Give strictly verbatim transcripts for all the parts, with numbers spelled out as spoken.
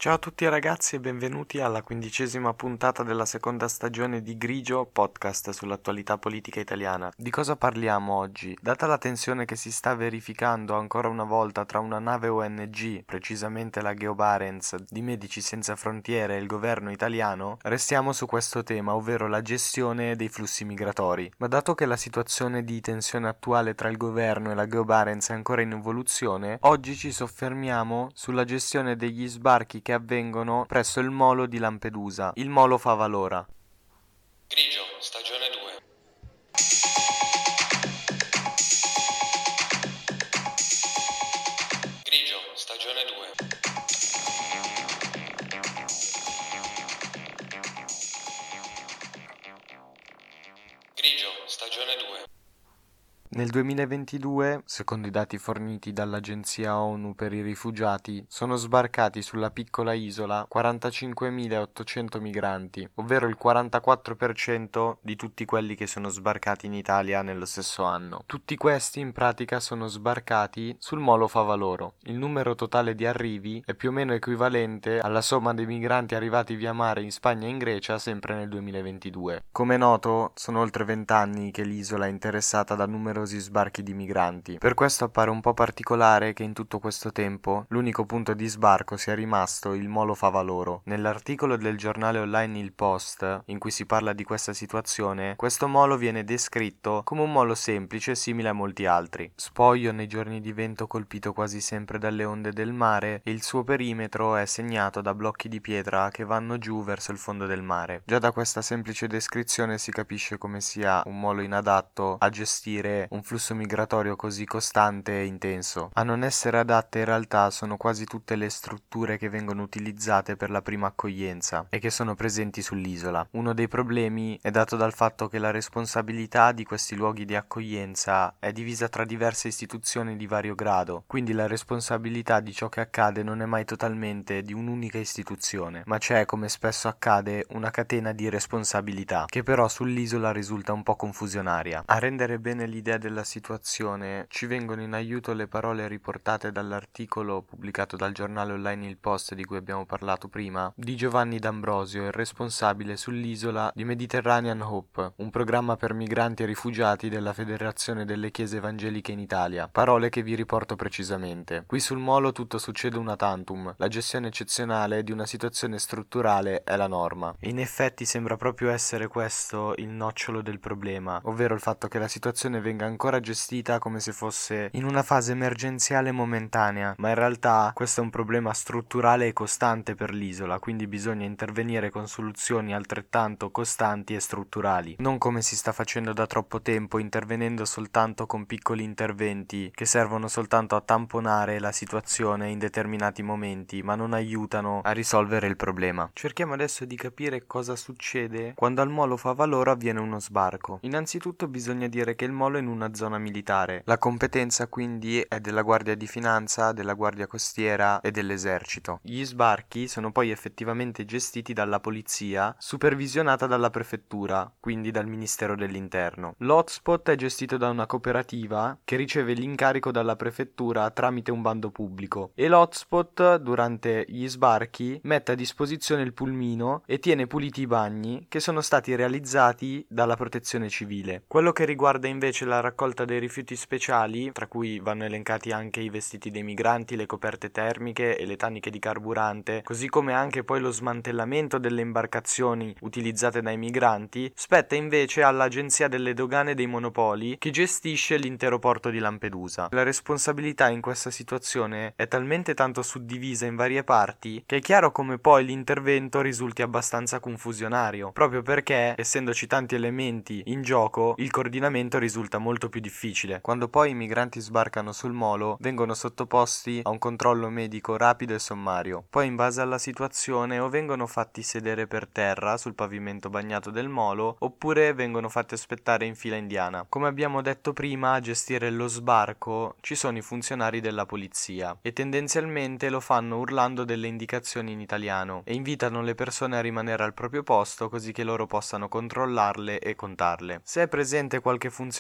Ciao a tutti ragazzi e benvenuti alla quindicesima puntata della seconda stagione di Grigio, podcast sull'attualità politica italiana. Di cosa parliamo oggi? Data la tensione che si sta verificando ancora una volta tra una nave O N G, precisamente la Geo Barents, di Medici Senza Frontiere e il governo italiano, restiamo su questo tema, ovvero la gestione dei flussi migratori. Ma dato che la situazione di tensione attuale tra il governo e la Geo Barents è ancora in evoluzione, oggi ci soffermiamo sulla gestione degli sbarchi che avvengono presso il molo di Lampedusa, il molo Favalora. Grigio, stagione due. Grigio, stagione due. Grigio, stagione due. Nel duemilaventidue, secondo i dati forniti dall'Agenzia ONU per i rifugiati, sono sbarcati sulla piccola isola quarantacinquemilaottocento migranti, ovvero il quarantaquattro per cento di tutti quelli che sono sbarcati in Italia nello stesso anno. Tutti questi in pratica sono sbarcati sul molo Favaloro. Il numero totale di arrivi è più o meno equivalente alla somma dei migranti arrivati via mare in Spagna e in Grecia sempre nel duemilaventidue. Come è noto, sono oltre vent'anni che l'isola è interessata da numerosi sbarchi di migranti. Per questo appare un po' particolare che in tutto questo tempo l'unico punto di sbarco sia rimasto il molo Favaloro. Nell'articolo del giornale online Il Post, in cui si parla di questa situazione, questo molo viene descritto come un molo semplice simile a molti altri. Spoglio nei giorni di vento colpito quasi sempre dalle onde del mare e il suo perimetro è segnato da blocchi di pietra che vanno giù verso il fondo del mare. Già da questa semplice descrizione si capisce come sia un molo inadatto a gestire un flusso migratorio così costante e intenso. A non essere adatte in realtà sono quasi tutte le strutture che vengono utilizzate per la prima accoglienza e che sono presenti sull'isola. Uno dei problemi è dato dal fatto che la responsabilità di questi luoghi di accoglienza è divisa tra diverse istituzioni di vario grado, quindi la responsabilità di ciò che accade non è mai totalmente di un'unica istituzione, ma c'è, come spesso accade, una catena di responsabilità, che però sull'isola risulta un po' confusionaria. A rendere bene l'idea della situazione ci vengono in aiuto le parole riportate dall'articolo pubblicato dal giornale online Il Post di cui abbiamo parlato prima di Giovanni D'Ambrosio, il responsabile sull'isola di Mediterranean Hope, un programma per migranti e rifugiati della Federazione delle Chiese Evangeliche in Italia. Parole che vi riporto precisamente. Qui sul molo tutto succede una tantum, la gestione eccezionale di una situazione strutturale è la norma. E in effetti sembra proprio essere questo il nocciolo del problema, ovvero il fatto che la situazione venga ancora gestita come se fosse in una fase emergenziale momentanea, ma in realtà questo è un problema strutturale e costante per l'isola, quindi bisogna intervenire con soluzioni altrettanto costanti e strutturali, non come si sta facendo da troppo tempo, intervenendo soltanto con piccoli interventi che servono soltanto a tamponare la situazione in determinati momenti, ma non aiutano a risolvere il problema. Cerchiamo adesso di capire cosa succede quando al molo Favaloro avviene uno sbarco. Innanzitutto bisogna dire che il molo è in una zona militare. La competenza quindi è della Guardia di Finanza, della Guardia Costiera e dell'Esercito. Gli sbarchi sono poi effettivamente gestiti dalla polizia, supervisionata dalla prefettura, quindi dal Ministero dell'Interno. L'hotspot è gestito da una cooperativa che riceve l'incarico dalla prefettura tramite un bando pubblico e l'hotspot durante gli sbarchi mette a disposizione il pulmino e tiene puliti i bagni che sono stati realizzati dalla protezione civile. Quello che riguarda invece la raccolta dei rifiuti speciali, tra cui vanno elencati anche i vestiti dei migranti, le coperte termiche e le taniche di carburante, così come anche poi lo smantellamento delle imbarcazioni utilizzate dai migranti, spetta invece all'Agenzia delle Dogane e dei Monopoli che gestisce l'intero porto di Lampedusa. La responsabilità in questa situazione è talmente tanto suddivisa in varie parti che è chiaro come poi l'intervento risulti abbastanza confusionario, proprio perché, essendoci tanti elementi in gioco, il coordinamento risulta molto più difficile. Quando poi i migranti sbarcano sul molo, vengono sottoposti a un controllo medico rapido e sommario. Poi, in base alla situazione, o vengono fatti sedere per terra sul pavimento bagnato del molo, oppure vengono fatti aspettare in fila indiana. Come abbiamo detto prima, a gestire lo sbarco ci sono i funzionari della polizia e tendenzialmente lo fanno urlando delle indicazioni in italiano e invitano le persone a rimanere al proprio posto così che loro possano controllarle e contarle. Se è presente qualche funzionario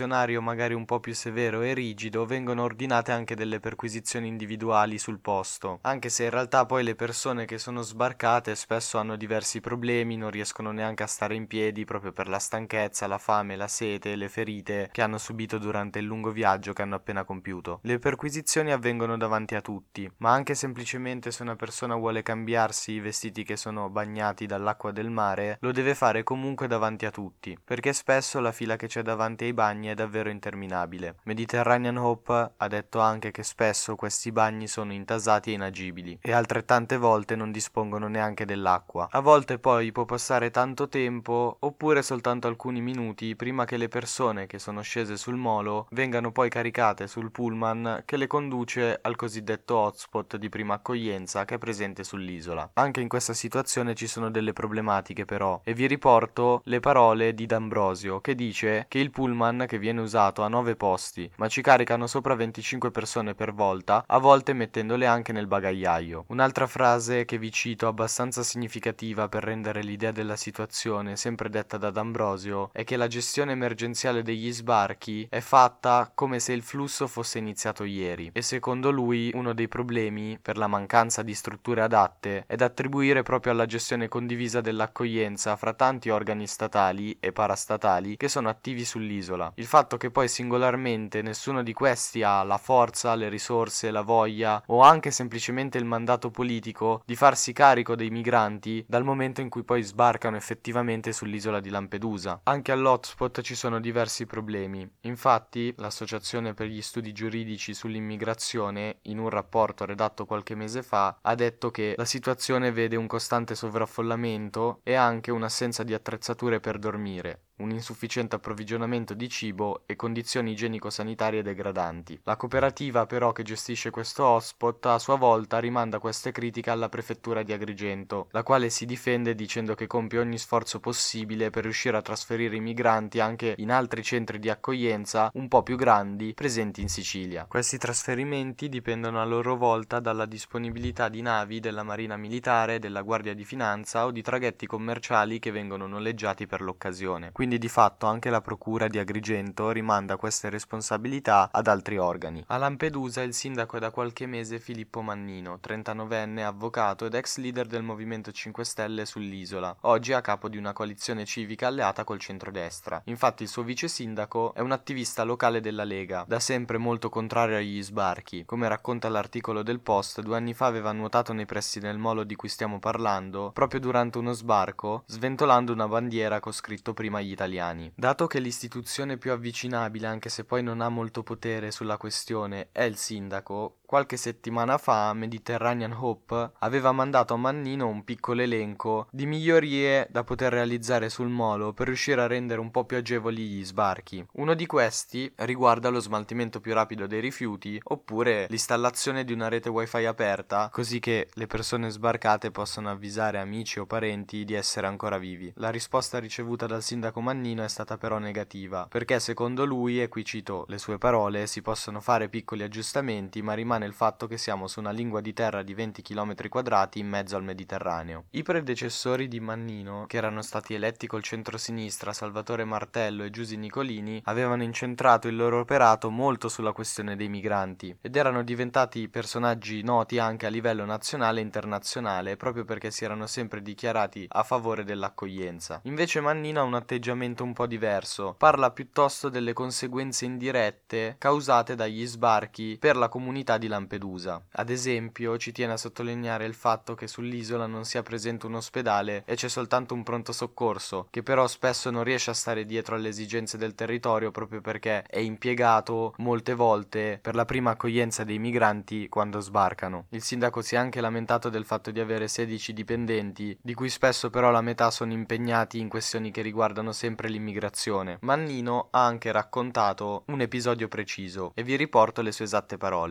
magari un po' più severo e rigido, vengono ordinate anche delle perquisizioni individuali sul posto, anche se in realtà poi le persone che sono sbarcate spesso hanno diversi problemi, non riescono neanche a stare in piedi proprio per la stanchezza, la fame, la sete e le ferite che hanno subito durante il lungo viaggio che hanno appena compiuto. Le perquisizioni avvengono davanti a tutti, ma anche semplicemente se una persona vuole cambiarsi i vestiti che sono bagnati dall'acqua del mare, lo deve fare comunque davanti a tutti, perché spesso la fila che c'è davanti ai bagni è davvero interminabile. Mediterranean Hope ha detto anche che spesso questi bagni sono intasati e inagibili e altrettante volte non dispongono neanche dell'acqua. A volte poi può passare tanto tempo oppure soltanto alcuni minuti prima che le persone che sono scese sul molo vengano poi caricate sul pullman che le conduce al cosiddetto hotspot di prima accoglienza che è presente sull'isola. Anche in questa situazione ci sono delle problematiche però, e vi riporto le parole di D'Ambrosio che dice che il pullman che viene usato ha nove posti, ma ci caricano sopra venticinque persone per volta, a volte mettendole anche nel bagagliaio. Un'altra frase che vi cito abbastanza significativa per rendere l'idea della situazione, sempre detta da D'Ambrosio, è che la gestione emergenziale degli sbarchi è fatta come se il flusso fosse iniziato ieri, e secondo lui uno dei problemi per la mancanza di strutture adatte è da attribuire proprio alla gestione condivisa dell'accoglienza fra tanti organi statali e parastatali che sono attivi sull'isola. Il fatto che poi singolarmente nessuno di questi ha la forza, le risorse, la voglia o anche semplicemente il mandato politico di farsi carico dei migranti dal momento in cui poi sbarcano effettivamente sull'isola di Lampedusa. Anche all'hotspot ci sono diversi problemi. Infatti, l'Associazione per gli Studi Giuridici sull'Immigrazione, in un rapporto redatto qualche mese fa, ha detto che la situazione vede un costante sovraffollamento e anche un'assenza di attrezzature per dormire, un insufficiente approvvigionamento di cibo e condizioni igienico-sanitarie degradanti. La cooperativa però che gestisce questo hotspot a sua volta rimanda queste critiche alla prefettura di Agrigento, la quale si difende dicendo che compie ogni sforzo possibile per riuscire a trasferire i migranti anche in altri centri di accoglienza un po' più grandi presenti in Sicilia. Questi trasferimenti dipendono a loro volta dalla disponibilità di navi della Marina Militare, della Guardia di Finanza o di traghetti commerciali che vengono noleggiati per l'occasione. Quindi di fatto anche la procura di Agrigento rimanda queste responsabilità ad altri organi. A Lampedusa il sindaco è da qualche mese Filippo Mannino, trentanovenne, avvocato ed ex leader del Movimento cinque Stelle sull'isola, oggi a capo di una coalizione civica alleata col centrodestra. Infatti il suo vice sindaco è un attivista locale della Lega, da sempre molto contrario agli sbarchi. Come racconta l'articolo del Post, due anni fa aveva nuotato nei pressi del molo di cui stiamo parlando, proprio durante uno sbarco, sventolando una bandiera con scritto prima gli italiani. Dato che l'istituzione più avvicinabile, anche se poi non ha molto potere sulla questione, è il sindaco, qualche settimana fa Mediterranean Hope aveva mandato a Mannino un piccolo elenco di migliorie da poter realizzare sul molo per riuscire a rendere un po' più agevoli gli sbarchi. Uno di questi riguarda lo smaltimento più rapido dei rifiuti oppure l'installazione di una rete wifi aperta, così che le persone sbarcate possano avvisare amici o parenti di essere ancora vivi. La risposta ricevuta dal sindaco Mannino è stata però negativa, perché secondo lui, e qui cito le sue parole, si possono fare piccoli aggiustamenti ma rimane il fatto che siamo su una lingua di terra di venti chilometri quadrati in mezzo al Mediterraneo. I predecessori di Mannino, che erano stati eletti col centrosinistra, Salvatore Martello e Giusy Nicolini, avevano incentrato il loro operato molto sulla questione dei migranti ed erano diventati personaggi noti anche a livello nazionale e internazionale proprio perché si erano sempre dichiarati a favore dell'accoglienza. Invece Mannino ha un atteggiamento un po' diverso, parla piuttosto delle conseguenze indirette causate dagli sbarchi per la comunità di Lampedusa. Ad esempio, ci tiene a sottolineare il fatto che sull'isola non sia presente un ospedale e c'è soltanto un pronto soccorso, che però spesso non riesce a stare dietro alle esigenze del territorio proprio perché è impiegato molte volte per la prima accoglienza dei migranti quando sbarcano. Il sindaco si è anche lamentato del fatto di avere sedici dipendenti, di cui spesso però la metà sono impegnati in questioni che riguardano sempre l'immigrazione. Mannino ha anche raccontato un episodio preciso e vi riporto le sue esatte parole. Nella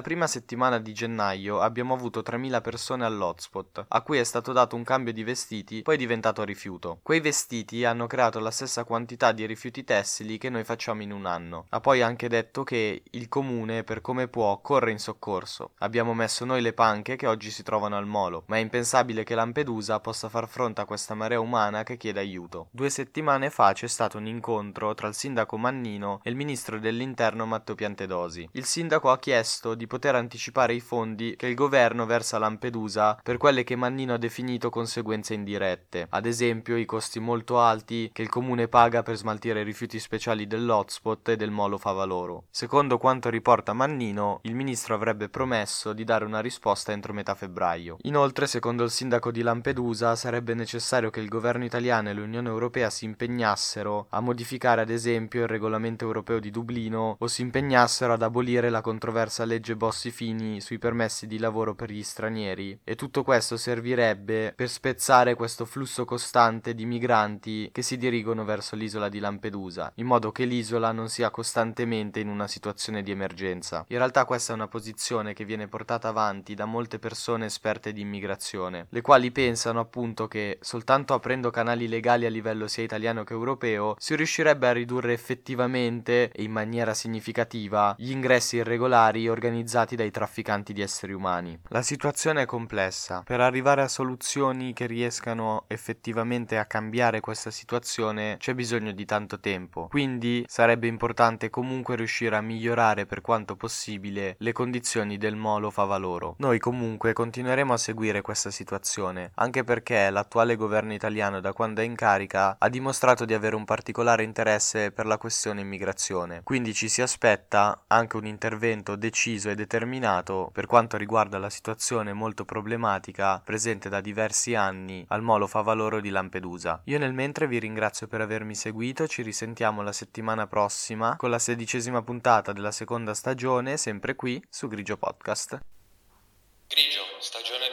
prima settimana di gennaio abbiamo avuto tremila persone all'hotspot, a cui è stato dato un cambio di vestiti, poi è diventato rifiuto. Quei vestiti hanno creato la stessa quantità di rifiuti tessili che noi facciamo in un anno. Ha poi anche detto che il comune, per come può, corre in soccorso. Abbiamo messo noi le panche che oggi si trovano al molo, ma è impensabile che Lampedusa possa far fronte a questa marea umana che chiede aiuto. Due settimane fa c'è stato un incontro tra il sindaco Mannino e il ministro dell'interno Matteo Piantedosi. Il sindaco ha chiesto di poter anticipare i fondi che il governo versa a Lampedusa per quelle che Mannino ha definito conseguenze indirette, ad esempio i costi molto alti che il comune paga per smaltire i rifiuti speciali dell'hotspot e del molo Favaloro. Secondo quanto riporta Mannino, il ministro avrebbe promesso di dare una risposta entro metà febbraio. Inoltre, secondo il sindaco di Lampedusa, sarebbe necessario che il governo italiano e l'Unione Europea si impegnassero a modificare ad esempio il regolamento europeo di Dublino o si impegnassero ad abolire la controversa legge Bossi-Fini sui permessi di lavoro per gli stranieri, e tutto questo servirebbe per spezzare questo flusso costante di migranti che si dirigono verso l'isola di Lampedusa, in modo che l'isola non sia costantemente in una situazione di emergenza. In realtà questa è una posizione che viene portata avanti da molte persone esperte di immigrazione, le quali pensano appunto che soltanto aprendo canali legali a livello sia italiano che europeo si riuscirebbe a ridurre effettivamente e in maniera significativa gli ingressi irregolari organizzati dai trafficanti di esseri umani. La situazione è complessa. Per arrivare a soluzioni che riescano effettivamente a cambiare questa situazione c'è bisogno di tanto tempo, quindi sarebbe importante comunque riuscire a migliorare per quanto possibile le condizioni del molo Favaloro. Noi comunque continueremo a seguire questa situazione, anche perché l'attuale governo italiano, da quando è in carica, ha dimostrato di avere un particolare interesse per la questione immigrazione, quindi ci si aspetta anche un intervento deciso e determinato per quanto riguarda la situazione molto problematica presente da diversi anni al molo Favaloro di Lampedusa. Io nel mentre vi ringrazio per avermi seguito, ci risentiamo la settimana prossima con la sedicesima puntata della seconda stagione, sempre qui su Grigio Podcast. Grigio, stagione